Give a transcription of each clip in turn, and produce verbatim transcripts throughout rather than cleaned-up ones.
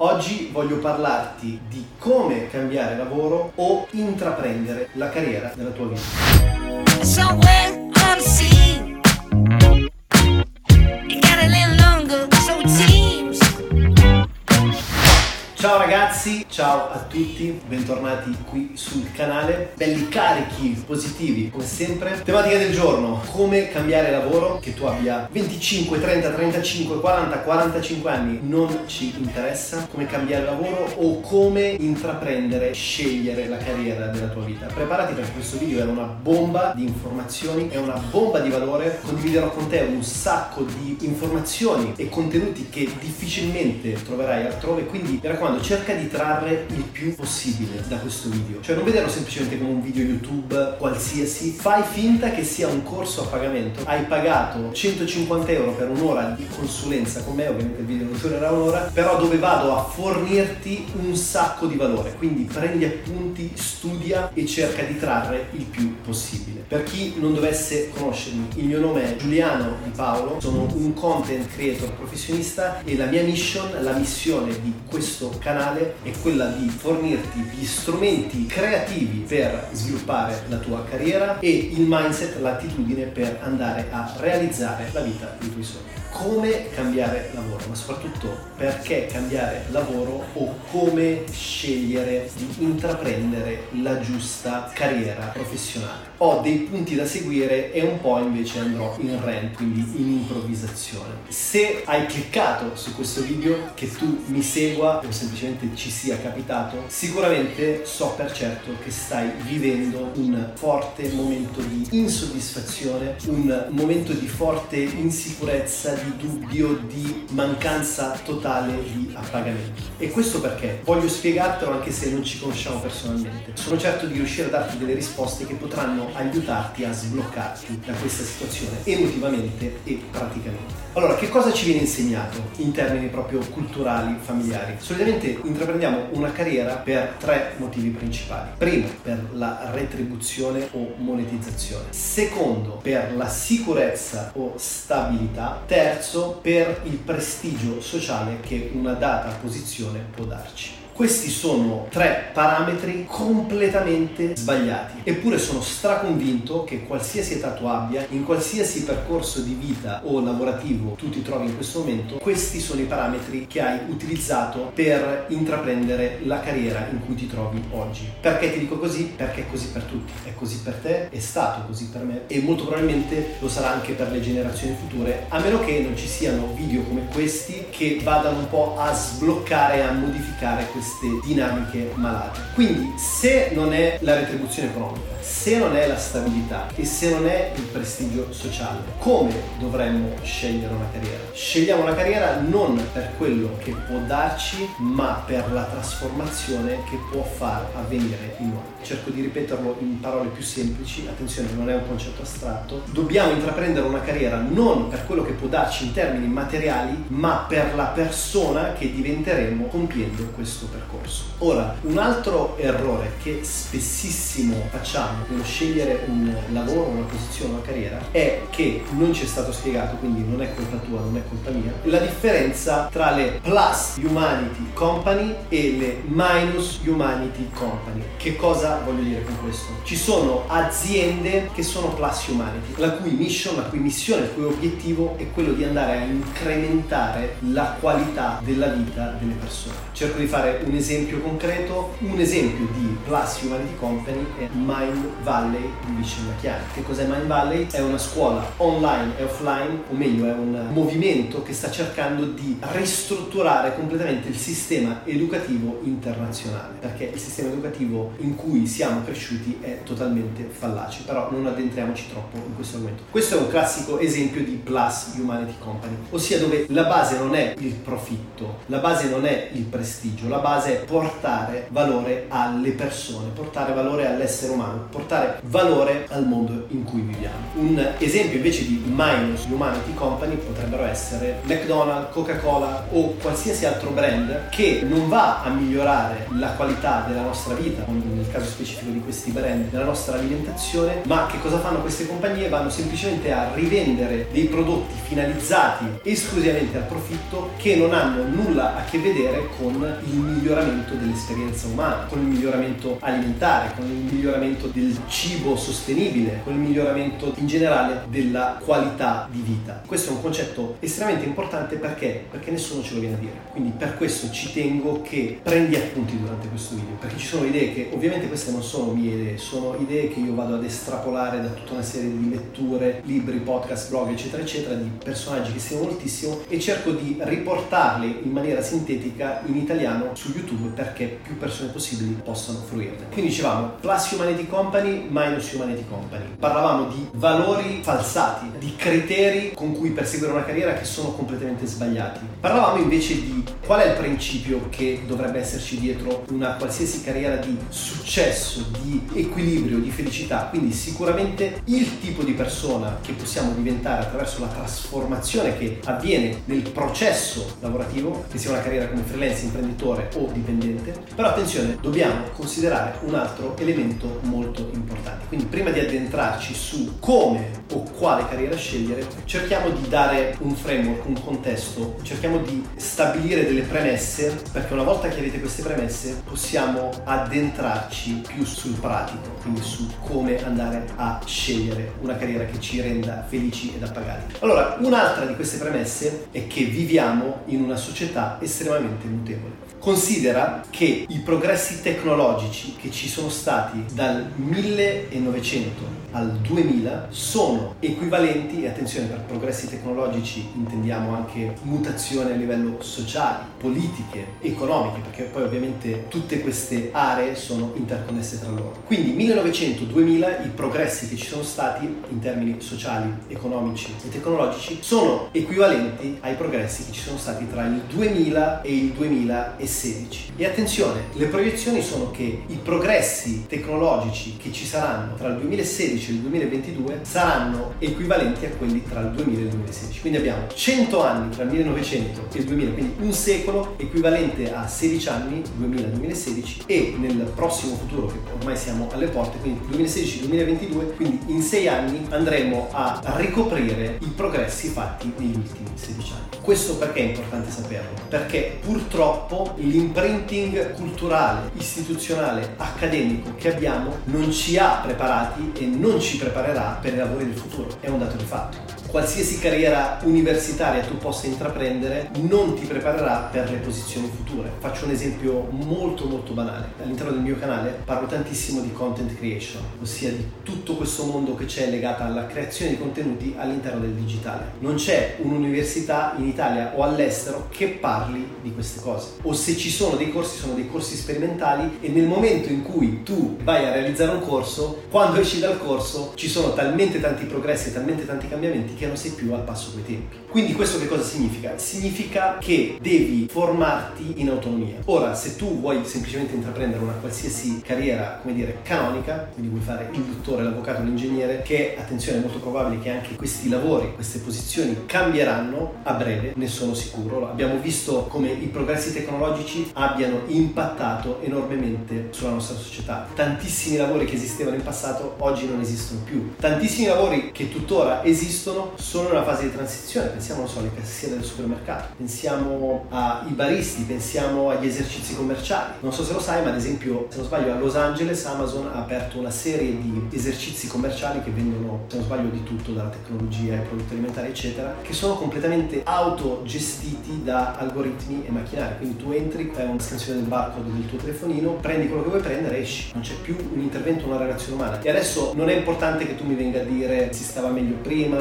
Oggi voglio parlarti di come cambiare lavoro o intraprendere la carriera della tua vita. Somewhere unseen, you gotta live longer, so it seems. Ciao ragazzi, ciao a tutti, bentornati qui sul canale, belli carichi, positivi come sempre. Tematica del giorno: come cambiare lavoro. Che tu abbia venticinque, trenta, trentacinque, quaranta, quarantacinque anni non ci interessa. Come cambiare lavoro o come intraprendere, scegliere la carriera della tua vita. Preparati, perché questo video è una bomba di informazioni, è una bomba di valore. Condividerò con te un sacco di informazioni e contenuti che difficilmente troverai altrove, quindi mi raccomando, cerca di trarre il più possibile da questo video, cioè non vederlo semplicemente come un video YouTube qualsiasi. Fai finta che sia un corso a pagamento, hai pagato centocinquanta euro per un'ora di consulenza con me, ovviamente il video non durerà un'ora, però dove vado a fornirti un sacco di valore, quindi prendi appunti, studia e cerca di trarre il più possibile. Per chi non dovesse conoscermi, il mio nome è Giuliano Di Paolo, sono un content creator professionista e la mia mission, la missione di questo canale è quella di fornirti gli strumenti creativi per sviluppare la tua carriera e il mindset, l'attitudine per andare a realizzare la vita dei tuoi sogni. Come cambiare lavoro, ma soprattutto perché cambiare lavoro o come scegliere di intraprendere la giusta carriera professionale. Ho dei punti da seguire e un po' invece andrò in rant, quindi in improvvisazione. Se hai cliccato su questo video, che tu mi segua o semplicemente ci sia capitato, sicuramente so per certo che stai vivendo un forte momento di insoddisfazione, un momento di forte insicurezza, di dubbio, di mancanza totale di appagamento. E questo perché? Voglio spiegartelo anche se non ci conosciamo personalmente. Sono certo di riuscire a darti delle risposte che potranno aiutarti a sbloccarti da questa situazione emotivamente e praticamente. Allora, che cosa ci viene insegnato in termini proprio culturali, familiari? Solitamente intraprendiamo una carriera per tre motivi principali. Primo, per la retribuzione o monetizzazione. Secondo, per la sicurezza o stabilità. Terzo, per il prestigio sociale che una data posizione può darci. Questi sono tre parametri completamente sbagliati, eppure sono straconvinto che qualsiasi età tu abbia, in qualsiasi percorso di vita o lavorativo tu ti trovi in questo momento, questi sono i parametri che hai utilizzato per intraprendere la carriera in cui ti trovi oggi. Perché ti dico così? Perché è così per tutti, è così per te, è stato così per me e molto probabilmente lo sarà anche per le generazioni future, a meno che non ci siano video come questi che vadano un po' a sbloccare e a modificare questi queste dinamiche malate. Quindi se non è la retribuzione economica, se non è la stabilità e se non è il prestigio sociale, come dovremmo scegliere una carriera? Scegliamo una carriera non per quello che può darci, ma per la trasformazione che può far avvenire in noi. Cerco di ripeterlo in parole più semplici, attenzione, non è un concetto astratto. Dobbiamo intraprendere una carriera non per quello che può darci in termini materiali, ma per la persona che diventeremo compiendo questo percorso. Ora, un altro errore che spessissimo facciamo nello scegliere un lavoro, una posizione, una carriera, è che non ci è stato spiegato, quindi non è colpa tua, non è colpa mia, la differenza tra le plus humanity company e le minus humanity company. Che cosa voglio dire con questo? Ci sono aziende che sono plus humanity, la cui mission, la cui missione, il cui obiettivo è quello di andare a incrementare la qualità della vita delle persone. Cerco di fare un esempio concreto. Un esempio di plus humanity company è Mind Valley di Vishen Lakhiani. Che cos'è Mind Valley? È una scuola online e offline, o meglio è un movimento che sta cercando di ristrutturare completamente il sistema educativo internazionale, perché il sistema educativo in cui siamo cresciuti è totalmente fallace, però non addentriamoci troppo in questo argomento. Questo è un classico esempio di plus humanity company, ossia dove la base non è il profitto, la base non è il prestigio, la base base è portare valore alle persone, portare valore all'essere umano, portare valore al mondo in cui viviamo. Un esempio invece di Minus Humanity Company potrebbero essere McDonald's, Coca-Cola o qualsiasi altro brand che non va a migliorare la qualità della nostra vita, nel caso specifico di questi brand, della nostra alimentazione, ma che cosa fanno queste compagnie? Vanno semplicemente a rivendere dei prodotti finalizzati esclusivamente al profitto che non hanno nulla a che vedere con il miglioramento dell'esperienza umana, con il miglioramento alimentare, con il miglioramento del cibo sostenibile, con il miglioramento in generale della qualità di vita. Questo è un concetto estremamente importante perché? Perché nessuno ce lo viene a dire. Quindi per questo ci tengo che prendi appunti durante questo video, perché ci sono idee che ovviamente queste non sono mie idee, sono idee che io vado ad estrapolare da tutta una serie di letture, libri, podcast, blog, eccetera, eccetera, di personaggi che stimo moltissimo e cerco di riportarle in maniera sintetica in italiano su YouTube perché più persone possibili possano fruirne. Quindi dicevamo Plus Humanity Company, Minus Humanity Company. Parlavamo di valori falsati, di criteri con cui perseguire una carriera che sono completamente sbagliati. Parlavamo invece di qual è il principio che dovrebbe esserci dietro una qualsiasi carriera di successo, di equilibrio, di felicità. Quindi sicuramente il tipo di persona che possiamo diventare attraverso la trasformazione che avviene nel processo lavorativo, che sia una carriera come freelance, imprenditore o dipendente. Però attenzione, dobbiamo considerare un altro elemento molto importante. Quindi prima di addentrarci su come o quale carriera scegliere, cerchiamo di dare un framework, un contesto, cerchiamo di stabilire delle premesse, perché una volta che avete queste premesse possiamo addentrarci più sul pratico, quindi su come andare a scegliere una carriera che ci renda felici ed appagati. Allora, un'altra di queste premesse è che viviamo in una società estremamente mutevole. Considera che i progressi tecnologici che ci sono stati dal millenovecento al duemila sono equivalenti, e attenzione, per progressi tecnologici intendiamo anche mutazioni a livello sociale, politiche, economiche, perché poi ovviamente tutte queste aree sono interconnesse tra loro. Quindi millenovecento duemila i progressi che ci sono stati in termini sociali, economici e tecnologici sono equivalenti ai progressi che ci sono stati tra il duemila e il duemilasedici. E attenzione, le proiezioni sono che i progressi tecnologici che ci saranno tra il duemilasedici e il duemilaventidue saranno equivalenti a quelli tra il duemila e il duemilasedici. Quindi abbiamo cento anni tra il millenovecento e il duemila, quindi un secolo equivalente a sedici anni, duemila duemilasedici, e nel prossimo futuro, che ormai siamo alle porte, quindi duemilasedici duemilaventidue, quindi in sei anni andremo a ricoprire i progressi fatti negli ultimi sedici anni. Questo perché è importante saperlo? Perché purtroppo l'imprinting culturale, istituzionale, accademico che abbiamo non ci ha preparati e non ci preparerà per i lavori del futuro. È un dato di fatto. Qualsiasi carriera universitaria tu possa intraprendere non ti preparerà per le posizioni future. Faccio un esempio molto molto banale. All'interno del mio canale parlo tantissimo di content creation, ossia di tutto questo mondo che c'è legato alla creazione di contenuti all'interno del digitale. Non c'è un'università in Italia o all'estero che parli di queste cose. O se ci sono dei corsi, sono dei corsi sperimentali, e nel momento in cui tu vai a realizzare un corso, quando esci dal corso ci sono talmente tanti progressi e talmente tanti cambiamenti che non sei più al passo coi tempi. Quindi questo che cosa significa? Significa che devi formarti in autonomia. Ora, se tu vuoi semplicemente intraprendere una qualsiasi carriera, come dire, canonica, quindi vuoi fare il dottore, l'avvocato, l'ingegnere, che, attenzione, è molto probabile che anche questi lavori, queste posizioni cambieranno a breve, ne sono sicuro. Abbiamo visto come i progressi tecnologici abbiano impattato enormemente sulla nostra società. Tantissimi lavori che esistevano in passato oggi non esistono più. Tantissimi lavori che tuttora esistono sono in una fase di transizione. Pensiamo, non so, alle cassiere del supermercato, pensiamo ai baristi, pensiamo agli esercizi commerciali. Non so se lo sai, ma ad esempio, se non sbaglio, a Los Angeles Amazon ha aperto una serie di esercizi commerciali che vendono, se non sbaglio, di tutto, dalla tecnologia ai prodotti alimentari eccetera, che sono completamente autogestiti da algoritmi e macchinari. Quindi tu entri, fai una scansione del barcode del tuo telefonino, prendi quello che vuoi prendere e esci. Non c'è più un intervento, una relazione umana. E adesso non è importante che tu mi venga a dire si stava meglio prima, il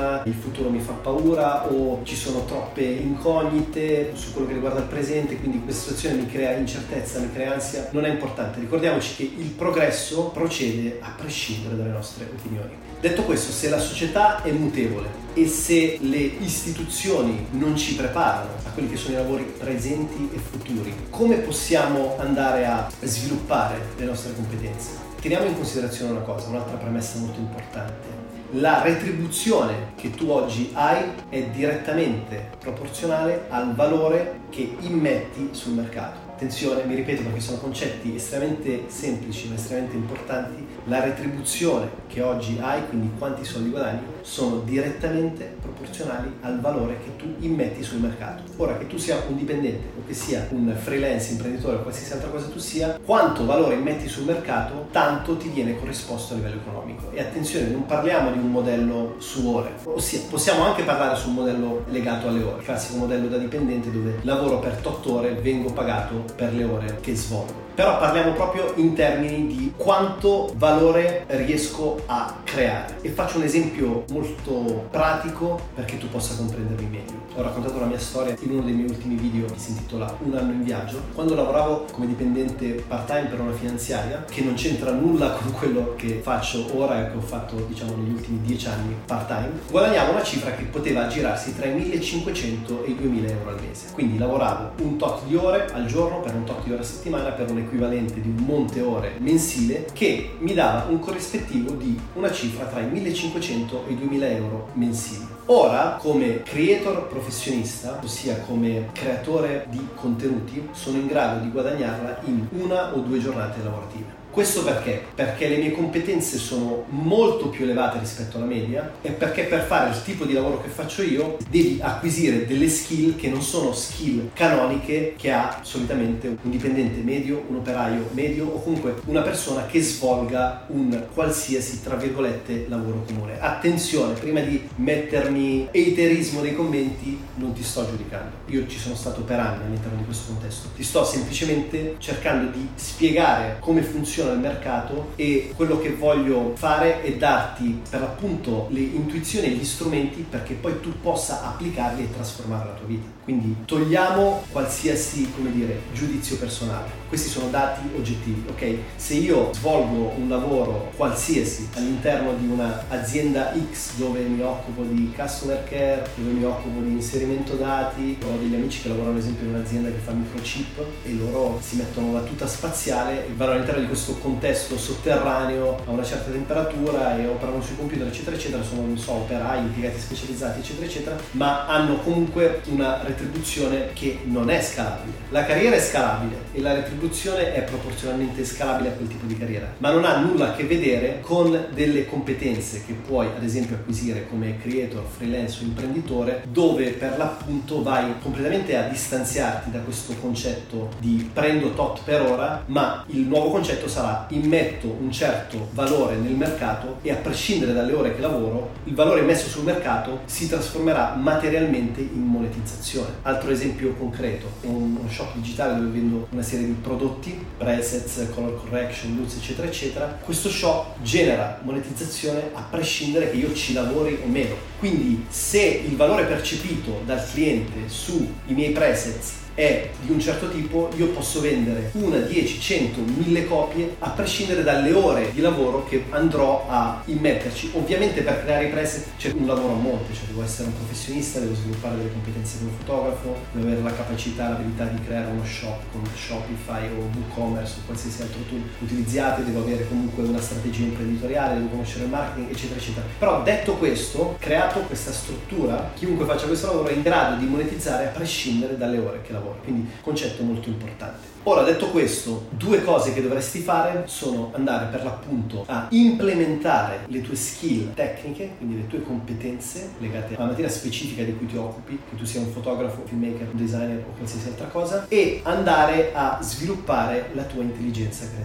futuro mi fa paura o ci sono troppe incognite su quello che riguarda il presente, quindi questa situazione mi crea incertezza, mi crea ansia. Non è importante, ricordiamoci che il progresso procede a prescindere dalle nostre opinioni. Detto questo, se la società è mutevole e se le istituzioni non ci preparano a quelli che sono i lavori presenti e futuri, come possiamo andare a sviluppare le nostre competenze? Teniamo in considerazione una cosa, un'altra premessa molto importante. La retribuzione che tu oggi hai è direttamente proporzionale al valore che immetti sul mercato. Attenzione, mi ripeto perché sono concetti estremamente semplici ma estremamente importanti. La retribuzione che oggi hai, quindi quanti soldi guadagni, sono direttamente proporzionali al valore che tu immetti sul mercato. Ora, che tu sia un dipendente o che sia un freelance, imprenditore o qualsiasi altra cosa tu sia, quanto valore immetti sul mercato, tanto ti viene corrisposto a livello economico. E attenzione, non parliamo di un modello su ore, ossia possiamo anche parlare su un modello legato alle ore, il classico modello da dipendente dove lavoro per otto ore, vengo pagato per le ore che svolgo. Però parliamo proprio in termini di quanto valore riesco a creare. E faccio un esempio molto pratico perché tu possa comprendermi meglio. Ho raccontato la mia storia in uno dei miei ultimi video che si intitola Un anno in viaggio. Quando lavoravo come dipendente part-time per una finanziaria, che non c'entra nulla con quello che faccio ora e che ho fatto, diciamo, negli ultimi dieci anni part-time, guadagnavo una cifra che poteva aggirarsi tra i millecinquecento e i duemila euro al mese. Quindi lavoravo un tot di ore al giorno per un tot di ore a settimana per un equivalente di un monte ore mensile che mi dava un corrispettivo di una cifra tra i millecinquecento e i duemila euro mensili. Ora, come creator professionista, ossia come creatore di contenuti, sono in grado di guadagnarla in una o due giornate lavorative. Questo perché? Perché le mie competenze sono molto più elevate rispetto alla media e perché per fare il tipo di lavoro che faccio io devi acquisire delle skill che non sono skill canoniche che ha solitamente un dipendente medio, un operaio medio o comunque una persona che svolga un qualsiasi, tra virgolette, lavoro comune. Attenzione, prima di mettermi haterismo nei commenti, non ti sto giudicando. Io ci sono stato per anni all'interno di questo contesto. Ti sto semplicemente cercando di spiegare come funziona il mercato e quello che voglio fare è darti per l'appunto le intuizioni e gli strumenti perché poi tu possa applicarli e trasformare la tua vita. Quindi togliamo qualsiasi, come dire, giudizio personale. Questi sono dati oggettivi, ok? Se io svolgo un lavoro qualsiasi all'interno di un'azienda X dove mi occupo di customer care, dove mi occupo di inserimento dati, ho degli amici che lavorano ad esempio in un'azienda che fa microchip e loro si mettono la tuta spaziale e vanno all'interno di questo contesto sotterraneo a una certa temperatura e operano sui computer eccetera eccetera, sono non so operai, impiegati specializzati eccetera eccetera, ma hanno comunque una retribuzione che non è scalabile. La carriera è scalabile e la retribuzione è proporzionalmente scalabile a quel tipo di carriera, ma non ha nulla a che vedere con delle competenze che puoi ad esempio acquisire come creator, freelance o imprenditore, dove per l'appunto vai completamente a distanziarti da questo concetto di prendo tot per ora, ma il nuovo concetto sarà immetto un certo valore nel mercato e a prescindere dalle ore che lavoro il valore messo sul mercato si trasformerà materialmente in monetizzazione. Altro esempio concreto, un, uno shop digitale dove vendo una serie di prodotti, presets, color correction, luce eccetera eccetera. Questo shop genera monetizzazione a prescindere che io ci lavori o meno, quindi se il valore percepito dal cliente sui miei presets è di un certo tipo, io posso vendere una, dieci, cento, mille copie a prescindere dalle ore di lavoro che andrò a immetterci. Ovviamente per creare i preset c'è un lavoro a monte, cioè devo essere un professionista, devo sviluppare delle competenze come fotografo, devo avere la capacità, l'abilità di creare uno shop con Shopify o WooCommerce o qualsiasi altro tool utilizziate, devo avere comunque una strategia imprenditoriale, devo conoscere il marketing eccetera eccetera. Però detto questo, creato questa struttura, chiunque faccia questo lavoro è in grado di monetizzare a prescindere dalle ore che lavora. Quindi concetto molto importante. Ora, detto questo, due cose che dovresti fare sono andare per l'appunto a implementare le tue skill tecniche, quindi le tue competenze legate alla materia specifica di cui ti occupi, che tu sia un fotografo, filmmaker, un designer o qualsiasi altra cosa, e andare a sviluppare la tua intelligenza creativa.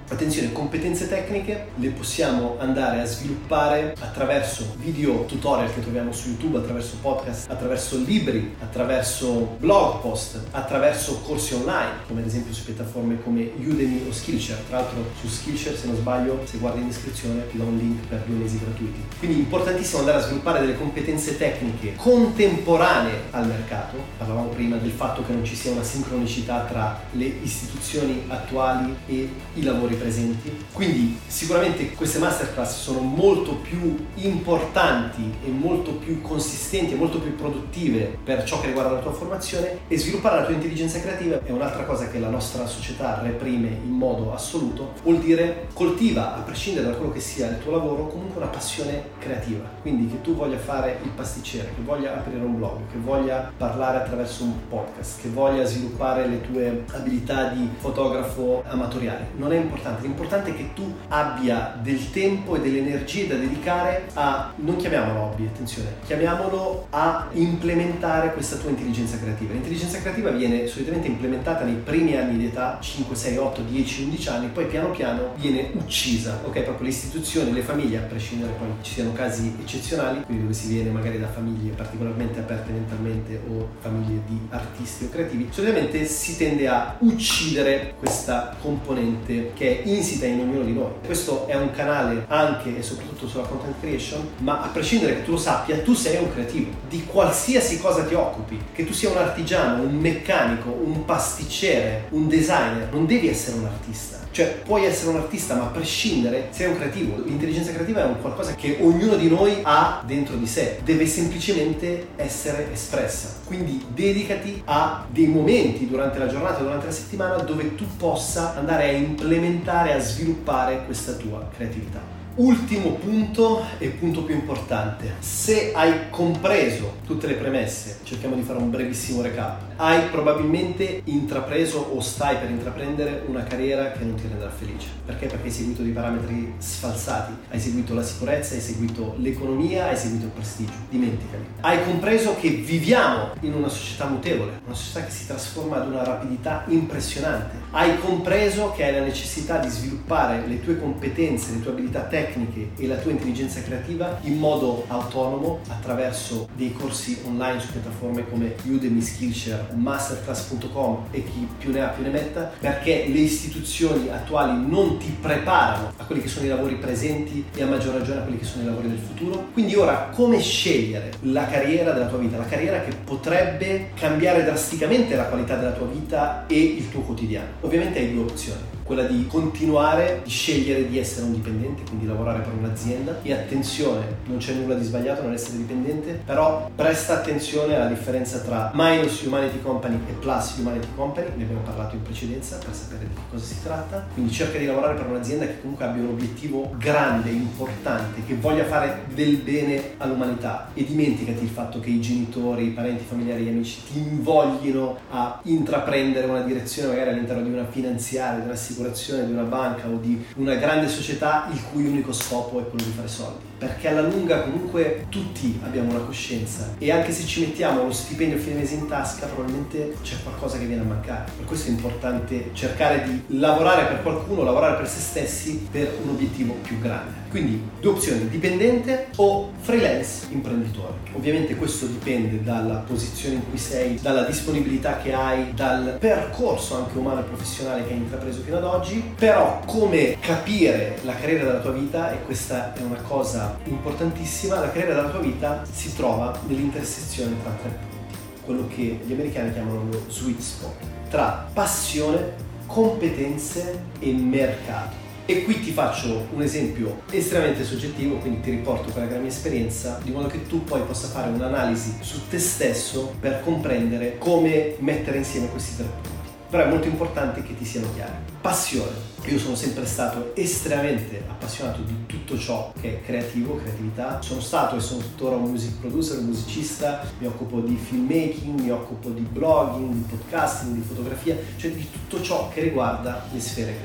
Attenzione, competenze tecniche le possiamo andare a sviluppare attraverso video tutorial che troviamo su YouTube, attraverso podcast, attraverso libri, attraverso blog post, attraverso corsi online, come ad esempio su piattaforme come Udemy o Skillshare. Tra l'altro su Skillshare, se non sbaglio, se guardi in descrizione ti do un link per due mesi gratuiti. Quindi è importantissimo andare a sviluppare delle competenze tecniche contemporanee al mercato. Parlavamo prima del fatto che non ci sia una sincronicità tra le istituzioni attuali e i lavori presenti. Quindi sicuramente queste masterclass sono molto più importanti e molto più consistenti e molto più produttive per ciò che riguarda la tua formazione, e sviluppare la tua intelligenza creativa è un'altra cosa che la nostra società reprime in modo assoluto. Vuol dire coltiva, a prescindere da quello che sia il tuo lavoro, comunque una passione creativa. Quindi che tu voglia fare il pasticcere, che voglia aprire un blog, che voglia parlare attraverso un podcast, che voglia sviluppare le tue abilità di fotografo amatoriale, non è importante. L'importante è che tu abbia del tempo e delle energie da dedicare a, non chiamiamolo hobby, attenzione, chiamiamolo a implementare questa tua intelligenza creativa. L'intelligenza creativa viene solitamente implementata nei primi anni di età, cinque, sei, otto, dieci, undici anni, poi piano piano viene uccisa, ok? Proprio le istituzioni, le famiglie, a prescindere poi ci siano casi eccezionali, quindi dove si viene magari da famiglie particolarmente aperte mentalmente o famiglie di artisti o creativi, solitamente si tende a uccidere questa componente che è insita in ognuno di noi. Questo è un canale anche e soprattutto sulla content creation, ma a prescindere che tu lo sappia, tu sei un creativo di qualsiasi cosa ti occupi, che tu sia un artigiano, un meccanico, un pasticcere, un designer, non devi essere un artista. Cioè puoi essere un artista, ma a prescindere sei un creativo. L'intelligenza creativa è un qualcosa che ognuno di noi ha dentro di sé, deve semplicemente essere espressa. Quindi dedicati a dei momenti durante la giornata, durante la settimana, dove tu possa andare a implementare, a sviluppare questa tua creatività. Ultimo punto e punto più importante: se hai compreso tutte le premesse, cerchiamo di fare un brevissimo recap, hai probabilmente intrapreso o stai per intraprendere una carriera che non ti renderà felice. Perché? Perché hai seguito dei parametri sfalsati, hai seguito la sicurezza, hai seguito l'economia, hai seguito il prestigio. Dimenticali. Hai compreso che viviamo in una società mutevole, una società che si trasforma ad una rapidità impressionante. Hai compreso che hai la necessità di sviluppare le tue competenze, le tue abilità tecniche e la tua intelligenza creativa in modo autonomo attraverso dei corsi online su piattaforme come Udemy, Skillshare, masterclass punto com e chi più ne ha più ne metta, perché le istituzioni attuali non ti preparano a quelli che sono i lavori presenti e a maggior ragione a quelli che sono i lavori del futuro. Quindi ora, come scegliere la carriera della tua vita, la carriera che potrebbe cambiare drasticamente la qualità della tua vita e il tuo quotidiano? Ovviamente hai due opzioni: quella di continuare, di scegliere di essere un dipendente, quindi lavorare per un'azienda. E attenzione, non c'è nulla di sbagliato nell'essere dipendente, però presta attenzione alla differenza tra minus humanity company e plus humanity company, ne abbiamo parlato in precedenza per sapere di cosa si tratta. Quindi cerca di lavorare per un'azienda che comunque abbia un obiettivo grande, importante, che voglia fare del bene all'umanità, e dimenticati il fatto che i genitori, i parenti, i familiari, gli amici ti invoglino a intraprendere una direzione magari all'interno di una finanziaria, di una sicurezza, di una banca o di una grande società il cui unico scopo è quello di fare soldi. Perché alla lunga comunque tutti abbiamo una coscienza, e anche se ci mettiamo lo stipendio a fine mese in tasca, probabilmente c'è qualcosa che viene a mancare. Per questo è importante cercare di lavorare per qualcuno, lavorare per se stessi per un obiettivo più grande. Quindi due opzioni: dipendente o freelance imprenditore. Ovviamente questo dipende dalla posizione in cui sei, dalla disponibilità che hai, dal percorso anche umano e professionale che hai intrapreso fino ad oggi. Però come capire la carriera della tua vita, e questa è una cosa importantissima, la carriera della tua vita si trova nell'intersezione tra tre punti, quello che gli americani chiamano lo sweet spot, tra passione, competenze e mercato. E qui ti faccio un esempio estremamente soggettivo, quindi ti riporto quella che è la mia esperienza, di modo che tu poi possa fare un'analisi su te stesso per comprendere come mettere insieme questi tre punti. Però è molto importante che ti siano chiari. Passione. Io sono sempre stato estremamente appassionato di tutto ciò che è creativo, creatività. Sono stato e sono tuttora un music producer, un musicista, mi occupo di filmmaking, mi occupo di blogging, di podcasting, di fotografia, cioè di tutto ciò che riguarda le sfere creative.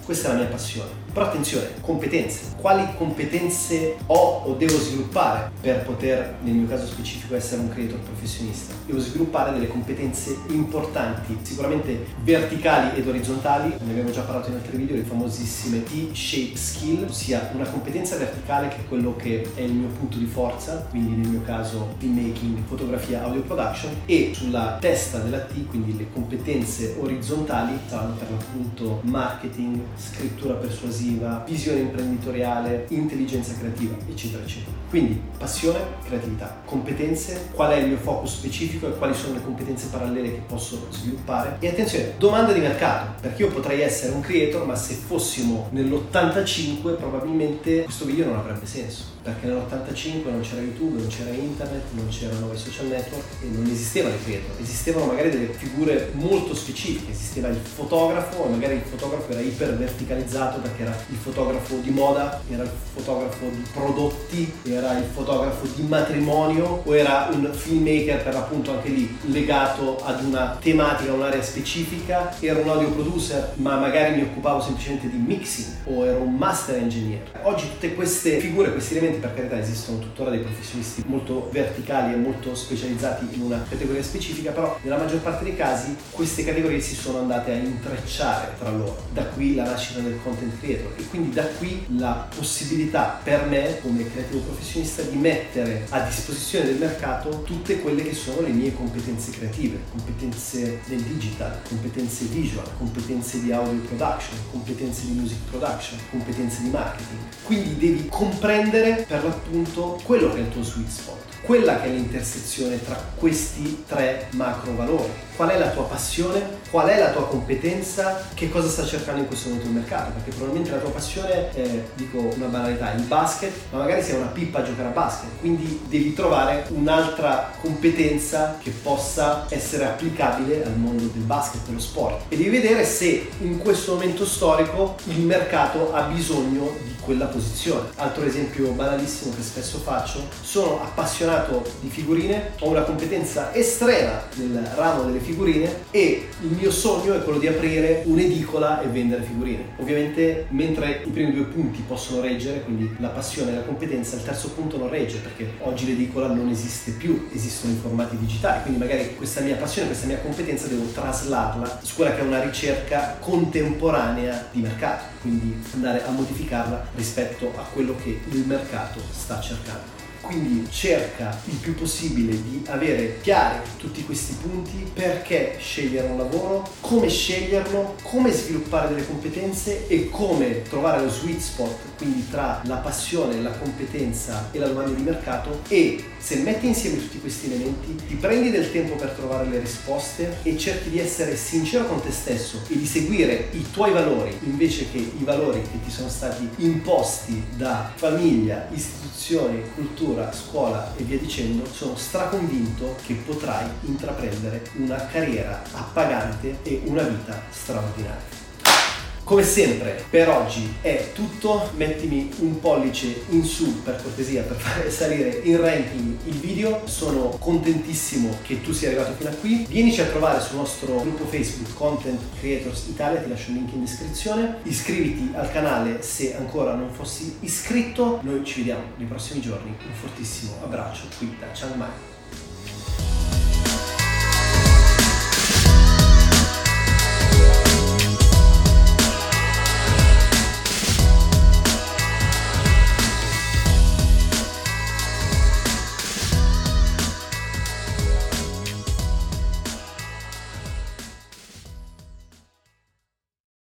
questa è la mia passione. Però attenzione, competenze. Quali competenze ho o devo sviluppare per poter, nel mio caso specifico, essere un creator professionista? Devo sviluppare delle competenze importanti, sicuramente verticali ed orizzontali. Ne abbiamo già parlato in altri video, le famosissime T-shape skill, ossia una competenza verticale che è quello che è il mio punto di forza, quindi nel mio caso filmmaking, fotografia, audio production, e sulla testa della T, quindi le competenze orizzontali saranno per l'appunto marketing, scrittura persuasiva, visione imprenditoriale, intelligenza creativa, eccetera eccetera. Quindi passione, creatività, competenze, qual è il mio focus specifico e quali sono le competenze parallele che posso sviluppare. E attenzione, domanda di mercato, perché io potrei essere un creator, ma se fossimo nell'ottantacinque probabilmente questo video non avrebbe senso, perché nell'ottantacinque non c'era YouTube, non c'era internet, non c'erano i social network e non esistevano i creator, esistevano magari delle figure molto specifiche, esisteva il fotografo e magari il fotografo era iper verticalizzato perché era il fotografo di moda, era il fotografo di prodotti, era il fotografo di matrimonio o era un filmmaker per appunto anche lì legato ad una tematica, un'area specifica, era un audio producer ma magari mi occupavo semplicemente di mixing o ero un master engineer. Oggi tutte queste figure, questi elementi, per carità esistono tuttora dei professionisti molto verticali e molto specializzati in una categoria specifica, però nella maggior parte dei casi queste categorie si sono andate a intrecciare tra loro. Da qui la nascita del content creator e quindi da qui la possibilità per me come creativo professionista di mettere a disposizione del mercato tutte quelle che sono le mie competenze creative, competenze nel digital, competenze visual, competenze di audio production, competenze di music production, competenze di marketing. Quindi devi comprendere per l'appunto quello che è il tuo sweet spot, quella che è l'intersezione tra questi tre macro valori. Qual è la tua passione? Qual è la tua competenza? Che cosa sta cercando in questo momento il mercato? Perché probabilmente la tua passione è, dico una banalità, il basket, ma magari sei una pippa a giocare a basket, quindi devi trovare un'altra competenza che possa essere applicabile al mondo del basket, dello sport, e devi vedere se in questo momento storico il mercato ha bisogno di quella posizione. Altro esempio banalissimo che spesso faccio: sono appassionato di figurine, ho una competenza estrema nel ramo delle figurine e il mio sogno è quello di aprire un'edicola e vendere figurine. Ovviamente mentre i primi due punti possono reggere, quindi la passione e la competenza, il terzo punto non regge perché oggi l'edicola non esiste più, esistono i formati digitali, quindi magari questa mia passione, questa mia competenza devo traslarla su quella che è una ricerca contemporanea di mercato, quindi andare a modificarla rispetto a quello che il mercato sta cercando. Quindi cerca il più possibile di avere chiari tutti questi punti: perché scegliere un lavoro, come sceglierlo, come sviluppare delle competenze e come trovare lo sweet spot, quindi tra la passione, la competenza e la domanda di mercato. E se metti insieme tutti questi elementi, ti prendi del tempo per trovare le risposte e cerchi di essere sincero con te stesso e di seguire i tuoi valori invece che i valori che ti sono stati imposti da famiglia, istituzioni, cultura, scuola e via dicendo, sono straconvinto che potrai intraprendere una carriera appagante e una vita straordinaria. Come sempre, per oggi è tutto. Mettimi un pollice in su per cortesia per fare salire in ranking il video. Sono contentissimo che tu sia arrivato fino a qui. Vienici a trovare sul nostro gruppo Facebook Content Creators Italia, ti lascio il link in descrizione. Iscriviti al canale se ancora non fossi iscritto. Noi ci vediamo nei prossimi giorni. Un fortissimo abbraccio qui da Chiang Mai.